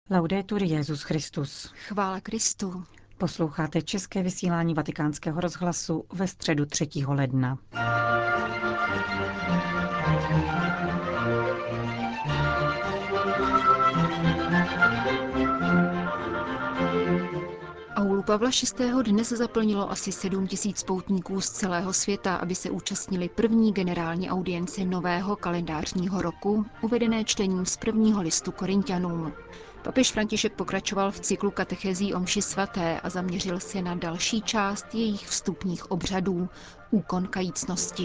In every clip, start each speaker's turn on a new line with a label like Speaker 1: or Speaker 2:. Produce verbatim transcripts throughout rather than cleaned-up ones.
Speaker 1: Laudetur Jesus Christus.
Speaker 2: Chvála Kristu.
Speaker 1: Posloucháte české vysílání Vatikánského rozhlasu ve středu třetího ledna.
Speaker 2: Aulu Pavla šestého. dnes zaplnilo asi sedm tisíc poutníků z celého světa, aby se účastnili první generální audience nového kalendářního roku, uvedené čtením z prvního listu Korinťanům. Papež František pokračoval v cyklu katechezí o mši svaté a zaměřil se na další část jejich vstupních obřadů, úkon kajícnosti.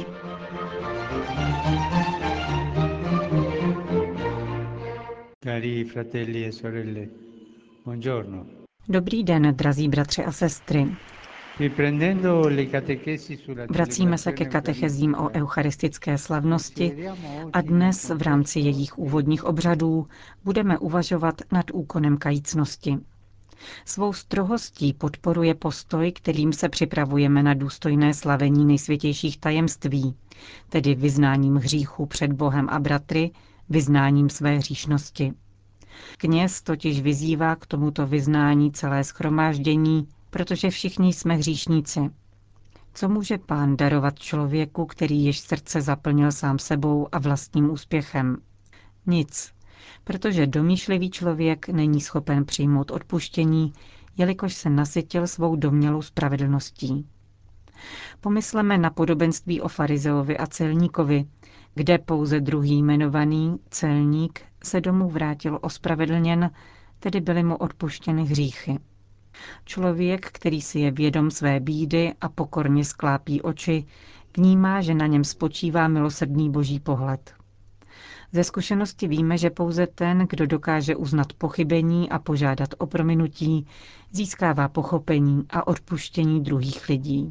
Speaker 3: Cari fratelli e sorelle, buongiorno.
Speaker 1: Dobrý den, drazí bratři a sestry.
Speaker 3: Riprendendo le catechesi sulla
Speaker 1: Vracíme se ke
Speaker 3: celebrazione
Speaker 1: katechezím o
Speaker 3: eucharistica,
Speaker 1: eucharistické slavnosti
Speaker 3: consideriamo
Speaker 1: a
Speaker 3: oggi
Speaker 1: dnes
Speaker 3: nel
Speaker 1: v rámci
Speaker 3: contesto
Speaker 1: jejich úvodních obřadů budeme uvažovat nad úkonem kajícnosti. Svou strohostí podporuje postoj, kterým se připravujeme na důstojné slavení nejsvětějších tajemství, tedy vyznáním hříchu před Bohem a bratry, vyznáním své hříšnosti. Kněz totiž vyzývá k tomuto vyznání celé shromáždění, protože všichni jsme hříšníci. Co může Pán darovat člověku, který již srdce zaplnil sám sebou a vlastním úspěchem? Nic, protože domýšlivý člověk není schopen přijmout odpuštění, jelikož se nasytil svou domnělou spravedlností. Pomysleme na podobenství o farizeovi a celníkovi, kde pouze druhý jmenovaný, celník, se domů vrátil ospravedlněn, tedy byly mu odpuštěny hříchy. Člověk, který si je vědom své bídy a pokorně sklápí oči, vnímá, že na něm spočívá milosrdný boží pohled. Ze zkušenosti víme, že pouze ten, kdo dokáže uznat pochybení a požádat o prominutí, získává pochopení a odpuštění druhých lidí.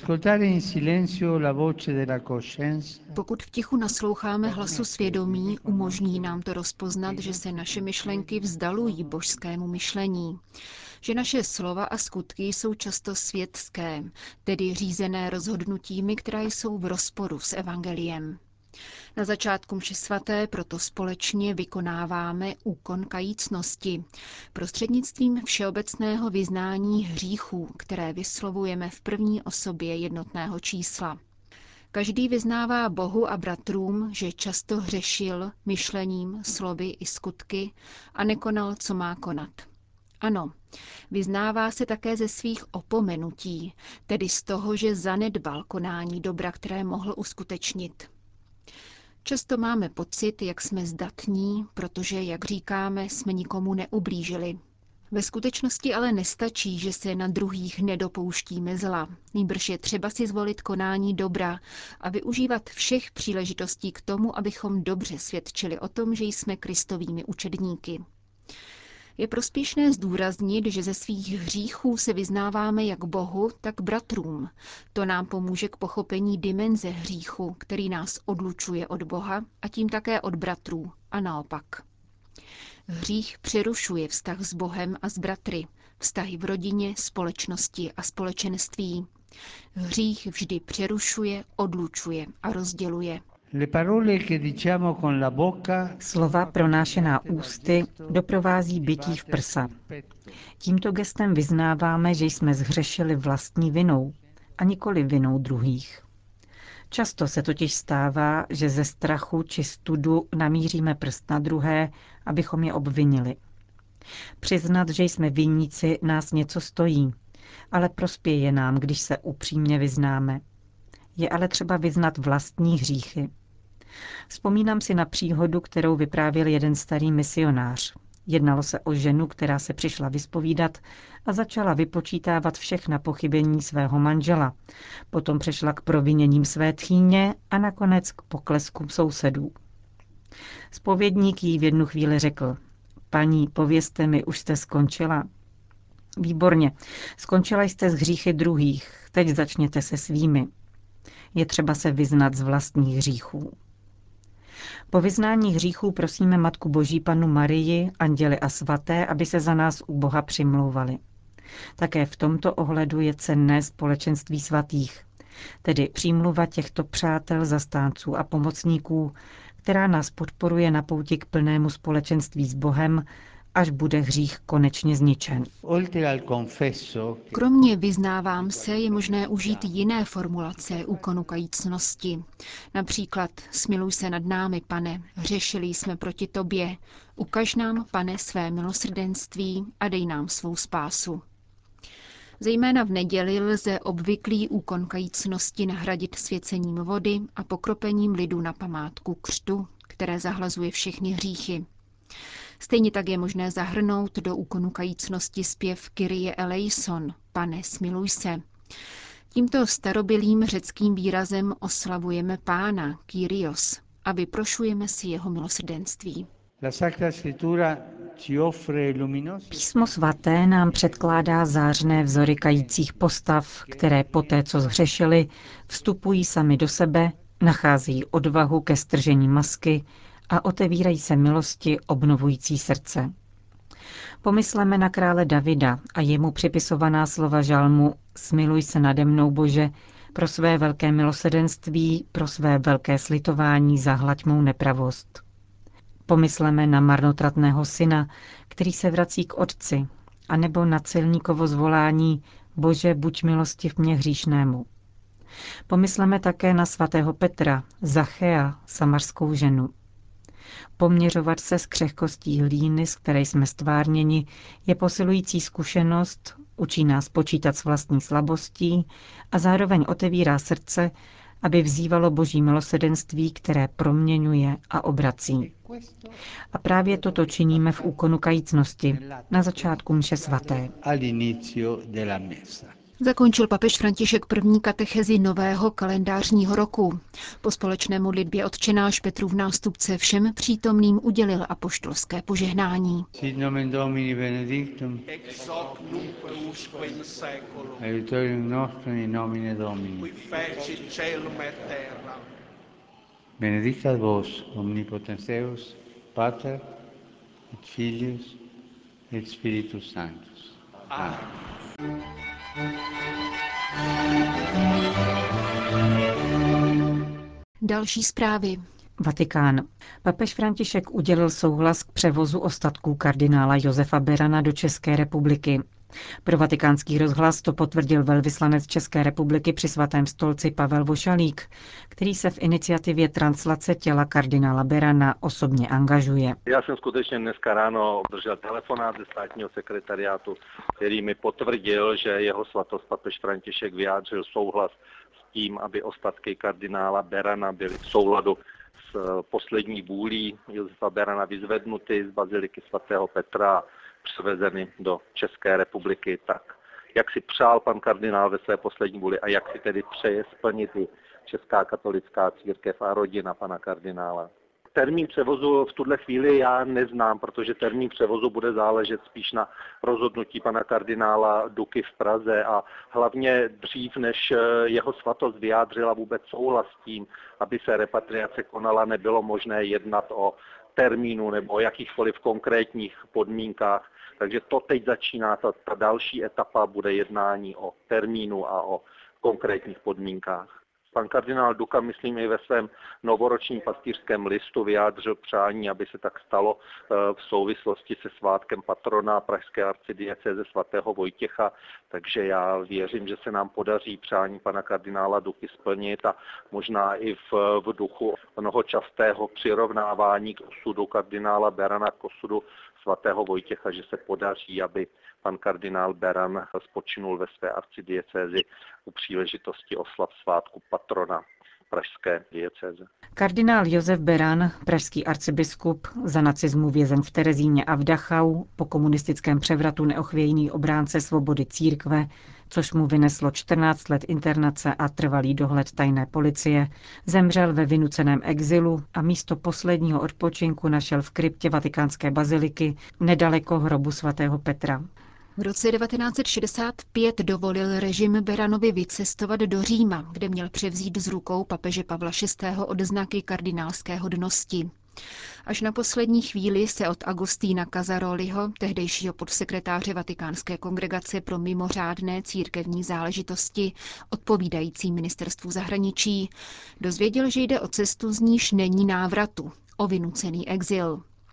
Speaker 2: Pokud v tichu nasloucháme hlasu svědomí, umožní nám to rozpoznat, že se naše myšlenky vzdalují božskému myšlení, že naše slova a skutky jsou často světské, tedy řízené rozhodnutími, která jsou v rozporu s evangeliem. Na začátku mše svaté proto společně vykonáváme úkon kajícnosti prostřednictvím všeobecného vyznání hříchů, které vyslovujeme v první osobě jednotného čísla. Každý vyznává Bohu a bratrům, že často hřešil myšlením, slovy i skutky a nekonal, co má konat. Ano, vyznává se také ze svých opomenutí, tedy z toho, že zanedbal konání dobra, které mohl uskutečnit. Často máme pocit, jak jsme zdatní, protože, jak říkáme, jsme nikomu neublížili. Ve skutečnosti ale nestačí, že se na druhých nedopouštíme zla. Nýbrž je třeba si zvolit konání dobra a využívat všech příležitostí k tomu, abychom dobře svědčili o tom, že jsme Kristovými učedníky. Je prospěšné zdůraznit, že ze svých hříchů se vyznáváme jak Bohu, tak bratrům. To nám pomůže k pochopení dimenze hříchu, který nás odlučuje od Boha a tím také od bratrů a naopak. Hřích přerušuje vztah s Bohem a s bratry, vztahy v rodině, společnosti a společenství. Hřích vždy přerušuje, odlučuje a rozděluje.
Speaker 1: Slova pronášená ústy doprovází bití v prsa. Tímto gestem vyznáváme, že jsme zhřešili vlastní vinou a nikoli vinou druhých. Často se totiž stává, že ze strachu či studu namíříme prst na druhé, abychom je obvinili. Přiznat, že jsme viníci, nás něco stojí, ale prospěje nám, když se upřímně vyznáme. Je ale třeba vyznat vlastní hříchy. Vzpomínám si na příhodu, kterou vyprávěl jeden starý misionář. Jednalo se o ženu, která se přišla vyspovídat a začala vypočítávat všechna pochybení svého manžela. Potom přešla k proviněním své tchýně a nakonec k pokleskům sousedů. Zpovědník jí v jednu chvíli řekl: Paní, povězte mi, už jste skončila? Výborně, skončila jste s hříchy druhých, teď začněte se svými. Je třeba se vyznat z vlastních hříchů. Po vyznání hříchů prosíme Matku Boží Pannu Marii, anděly a svaté, aby se za nás u Boha přimlouvali. Také v tomto ohledu je cenné společenství svatých, tedy přímluva těchto přátel, zastánců a pomocníků, která nás podporuje na pouti k plnému společenství s Bohem až bude hřích konečně zničen.
Speaker 2: Kromě vyznávám se je možné užít jiné formulace úkonu kajícnosti. Například smiluj se nad námi, Pane, hřešili jsme proti tobě. Ukaž nám, Pane, své milosrdenství a dej nám svou spásu. Zejména v neděli lze obvyklý úkon kajícnosti nahradit svěcením vody a pokropením lidu na památku křtu, které zahlazuje všechny hříchy. Stejně tak je možné zahrnout do úkonu kajícnosti zpěv Kyrie eleison, Pane, smiluj se. Tímto starobylým řeckým výrazem oslavujeme Pána, Kyrios, a vyprošujeme si jeho milosrdenství.
Speaker 1: Písmo svaté nám předkládá zářné vzory kajících postav, které poté, co zhřešili, vstupují sami do sebe, nacházejí odvahu ke stržení masky a otevírají se milosti obnovující srdce. Pomysleme na krále Davida a jemu připisovaná slova žalmu Smiluj se nade mnou, Bože, pro své velké milosrdenství, pro své velké slitování zahlaď mou nepravost. Pomysleme na marnotratného syna, který se vrací k otci, anebo na celníkovo zvolání Bože, buď milostiv mě hříšnému. Pomysleme také na svatého Petra, Zachea, samarskou ženu. Poměřovat se s křehkostí hlíny, z které jsme stvárněni, je posilující zkušenost, učí nás počítat s vlastní slabostí a zároveň otevírá srdce, aby vzývalo boží milosrdenství, které proměňuje a obrací. A právě toto činíme v úkonu kajícnosti na začátku mše svaté.
Speaker 2: Zakončil papež František první katechezi nového kalendářního roku. Po společné modlitbě Otčenáš Petrův nástupce všem přítomným udělil apoštolské požehnání.
Speaker 3: Sit nomen Domini benedictum,
Speaker 4: ex hoc nunc usque in seculum,
Speaker 3: aiutorium nostrum in nomine Domini.
Speaker 4: qui feci caelum et terra.
Speaker 3: Benedicat vos, omnipotens Deus, Pater, et Filius, et Spiritus Sanctus. Amen.
Speaker 2: Další zprávy.
Speaker 1: Vatikán. Papež František udělil souhlas k převozu ostatků kardinála Josefa Berana do České republiky. Pro Vatikánský rozhlas to potvrdil velvyslanec České republiky při Svatém stolci Pavel Vošalík, který se v iniciativě translace těla kardinála Berana osobně angažuje.
Speaker 5: Já jsem skutečně dneska ráno obdržel telefonát ze státního sekretariátu, který mi potvrdil, že jeho svatost papež František vyjádřil souhlas s tím, aby ostatky kardinála Berana byly v souladu s poslední vůlí Josefa Berana vyzvednuty z baziliky svatého Petra, převezeny do České republiky tak, jak si přál pan kardinál ve své poslední vůli a jak si tedy přeje splnit i Česká katolická církev a rodina pana kardinála. Termín převozu v tuhle chvíli já neznám, protože termín převozu bude záležet spíš na rozhodnutí pana kardinála Duky v Praze a hlavně dřív, než jeho svatost vyjádřila vůbec souhlas s tím, aby se repatriace konala, nebylo možné jednat o termínu nebo o jakýchkoliv konkrétních podmínkách. Takže to teď začíná, ta, ta další etapa bude jednání o termínu a o konkrétních podmínkách. Pan kardinál Duka, myslím, i ve svém novoročním pastýřském listu vyjádřil přání, aby se tak stalo v souvislosti se svátkem patrona pražské arcidiecéze svatého Vojtěcha, takže já věřím, že se nám podaří přání pana kardinála Duky splnit a možná i v, v duchu onoho častého přirovnávání k osudu kardinála Berana k osudu svatého Vojtěcha, že se podaří, aby pan kardinál Beran spočinul ve své arcidiecézi u příležitosti oslav svátku patrona pražské diecéze.
Speaker 1: Kardinál Josef Beran, pražský arcibiskup, za nacismu vězen v Terezíně a v Dachau, po komunistickém převratu neochvějný obránce svobody církve, což mu vyneslo čtrnáct let internace a trvalý dohled tajné policie, zemřel ve vynuceném exilu a místo posledního odpočinku našel v kryptě vatikánské baziliky nedaleko hrobu svatého Petra.
Speaker 2: V roce devatenáct set šedesát pět dovolil režim Beranovi vycestovat do Říma, kde měl převzít z rukou papeže Pavla šestého odznaky kardinálské hodnosti. Až na poslední chvíli se od Agustína Casaroliho, tehdejšího podsekretáře Vatikánské kongregace pro mimořádné církevní záležitosti, odpovídající ministerstvu zahraničí, dozvěděl, že jde o cestu, z níž není návratu, o vynucený exil.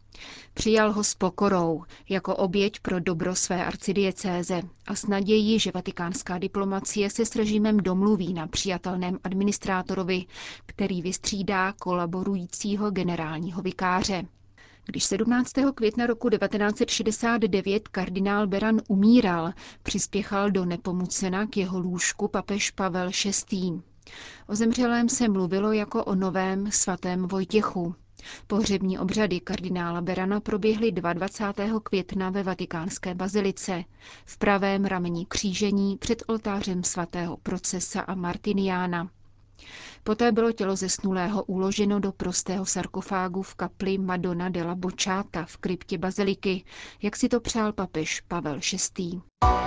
Speaker 2: Přijal ho s pokorou, jako oběť pro dobro své arcidiecéze a s nadějí, že vatikánská diplomacie se s režimem domluví na přijatelném administrátorovi, který vystřídá kolaborujícího generálního vikáře. Když sedmnáctého května roku devatenáct set šedesát devět kardinál Beran umíral, přispěchal do Nepomucena k jeho lůžku papež Pavel šestý. O zemřelém se mluvilo jako o novém svatém Vojtěchu. Pohřební obřady kardinála Berana proběhly dvacátého druhého května ve vatikánské bazilice, v pravém rameni křížení před oltářem svatého Procesa a Martiniána. Poté bylo tělo zesnulého uloženo do prostého sarkofágu v kapli Madonna della Bocciata v kryptě baziliky, jak si to přál papež Pavel šestý.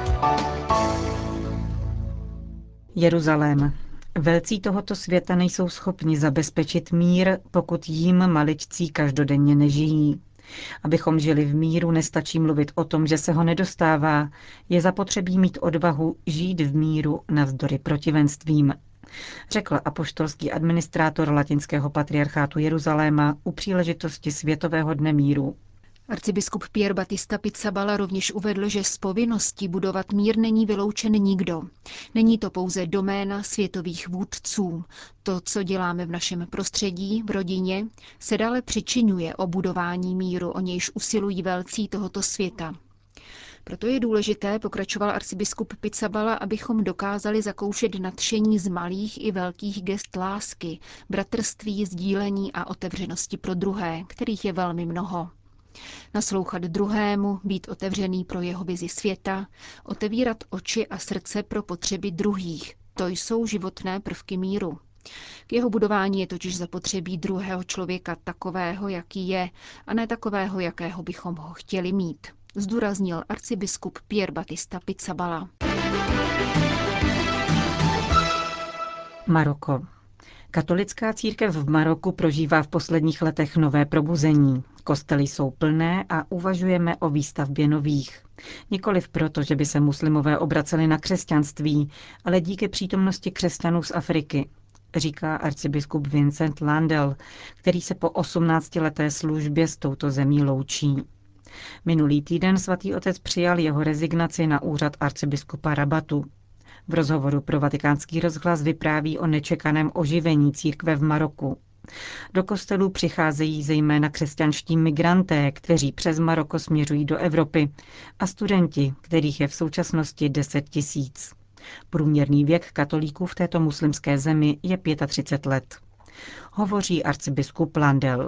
Speaker 1: Jeruzalém. Velcí tohoto světa nejsou schopni zabezpečit mír, pokud jím maličcí každodenně nežijí. Abychom žili v míru, nestačí mluvit o tom, že se ho nedostává. Je zapotřebí mít odvahu žít v míru navzdory protivenstvím, řekl apoštolský administrátor latinského patriarchátu Jeruzaléma u příležitosti Světového dne míru.
Speaker 2: Arcibiskup Pier Battista Pizzaballa rovněž uvedl, že z povinnosti budovat mír není vyloučen nikdo. Není to pouze doména světových vůdců. To, co děláme v našem prostředí, v rodině, se dále přičiňuje o budování míru, o nějž usilují velcí tohoto světa. Proto je důležité, pokračoval arcibiskup Pizzaballa, abychom dokázali zakoušet nadšení z malých i velkých gest lásky, bratrství, sdílení a otevřenosti pro druhé, kterých je velmi mnoho. Naslouchat druhému, být otevřený pro jeho vizi světa, otevírat oči a srdce pro potřeby druhých. To jsou životné prvky míru. K jeho budování je totiž zapotřebí druhého člověka takového, jaký je, a ne takového, jakého bychom ho chtěli mít, zdůraznil arcibiskup Pier Battista Pizzaballa.
Speaker 1: Maroko. Katolická církev v Maroku prožívá v posledních letech nové probuzení. Kostely jsou plné a uvažujeme o výstavbě nových. Nikoliv proto, že by se muslimové obraceli na křesťanství, ale díky přítomnosti křesťanů z Afriky, říká arcibiskup Vincent Landel, který se po osmnáctileté službě s touto zemí loučí. Minulý týden svatý otec přijal jeho rezignaci na úřad arcibiskupa Rabatu. V rozhovoru pro Vatikánský rozhlas vypráví o nečekaném oživení církve v Maroku. Do kostelů přicházejí zejména křesťanští migranté, kteří přes Maroko směřují do Evropy, a studenti, kterých je v současnosti deset tisíc. Průměrný věk katolíků v této muslimské zemi je třicet pět let. Hovoří arcibiskup Landel.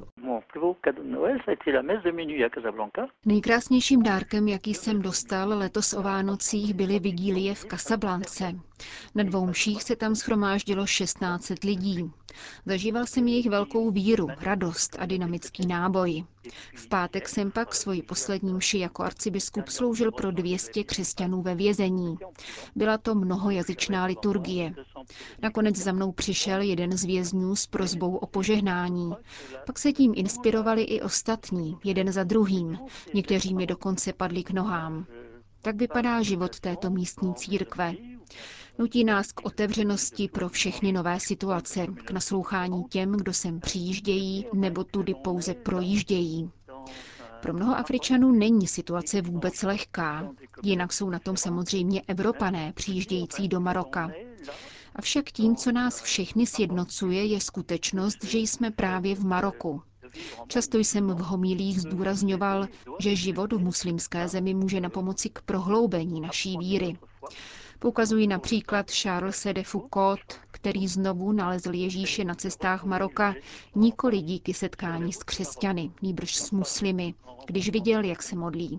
Speaker 2: Nejkrásnějším dárkem, jaký jsem dostal letos o Vánocích, byly vigílie v Casablance. Na dvou mších se tam shromáždilo šestnáct set lidí. Zažíval jsem jejich velkou víru, radost a dynamický náboj. V pátek jsem pak svoji poslední mši jako arcibiskup sloužil pro dvě stě křesťanů ve vězení. Byla to mnohojazyčná liturgie. Nakonec za mnou přišel jeden z vězňů s prosbou o požehnání. Pak se tím inspirovali i ostatní, jeden za druhým. Někteří mi dokonce padli k nohám. Tak vypadá život této místní církve. Nutí nás k otevřenosti pro všechny nové situace, k naslouchání těm, kdo sem přijíždějí nebo tudy pouze projíždějí. Pro mnoho Afričanů není situace vůbec lehká, jinak jsou na tom samozřejmě Evropané přijíždějící do Maroka. Avšak tím, co nás všechny sjednocuje, je skutečnost, že jsme právě v Maroku. Často jsem v homilích zdůrazňoval, že život v muslimské zemi může napomoci k prohloubení naší víry. Poukazují například Charlese de Foucault, který znovu nalezl Ježíše na cestách Maroka nikoli díky setkání s křesťany, nýbrž s muslimy, když viděl, jak se modlí.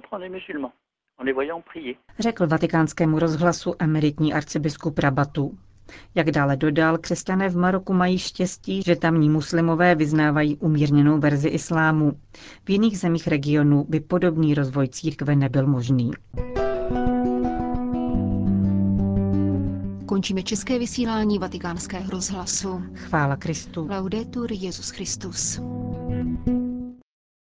Speaker 1: Řekl Vatikánskému rozhlasu emeritní arcibiskup Rabatu. Jak dále dodal, křesťané v Maroku mají štěstí, že tamní muslimové vyznávají umírněnou verzi islámu. V jiných zemích regionu by podobný rozvoj církve nebyl možný.
Speaker 2: Končíme české vysílání Vatikánského rozhlasu.
Speaker 1: Chvála Kristu.
Speaker 2: Laudetur Jesus Christus.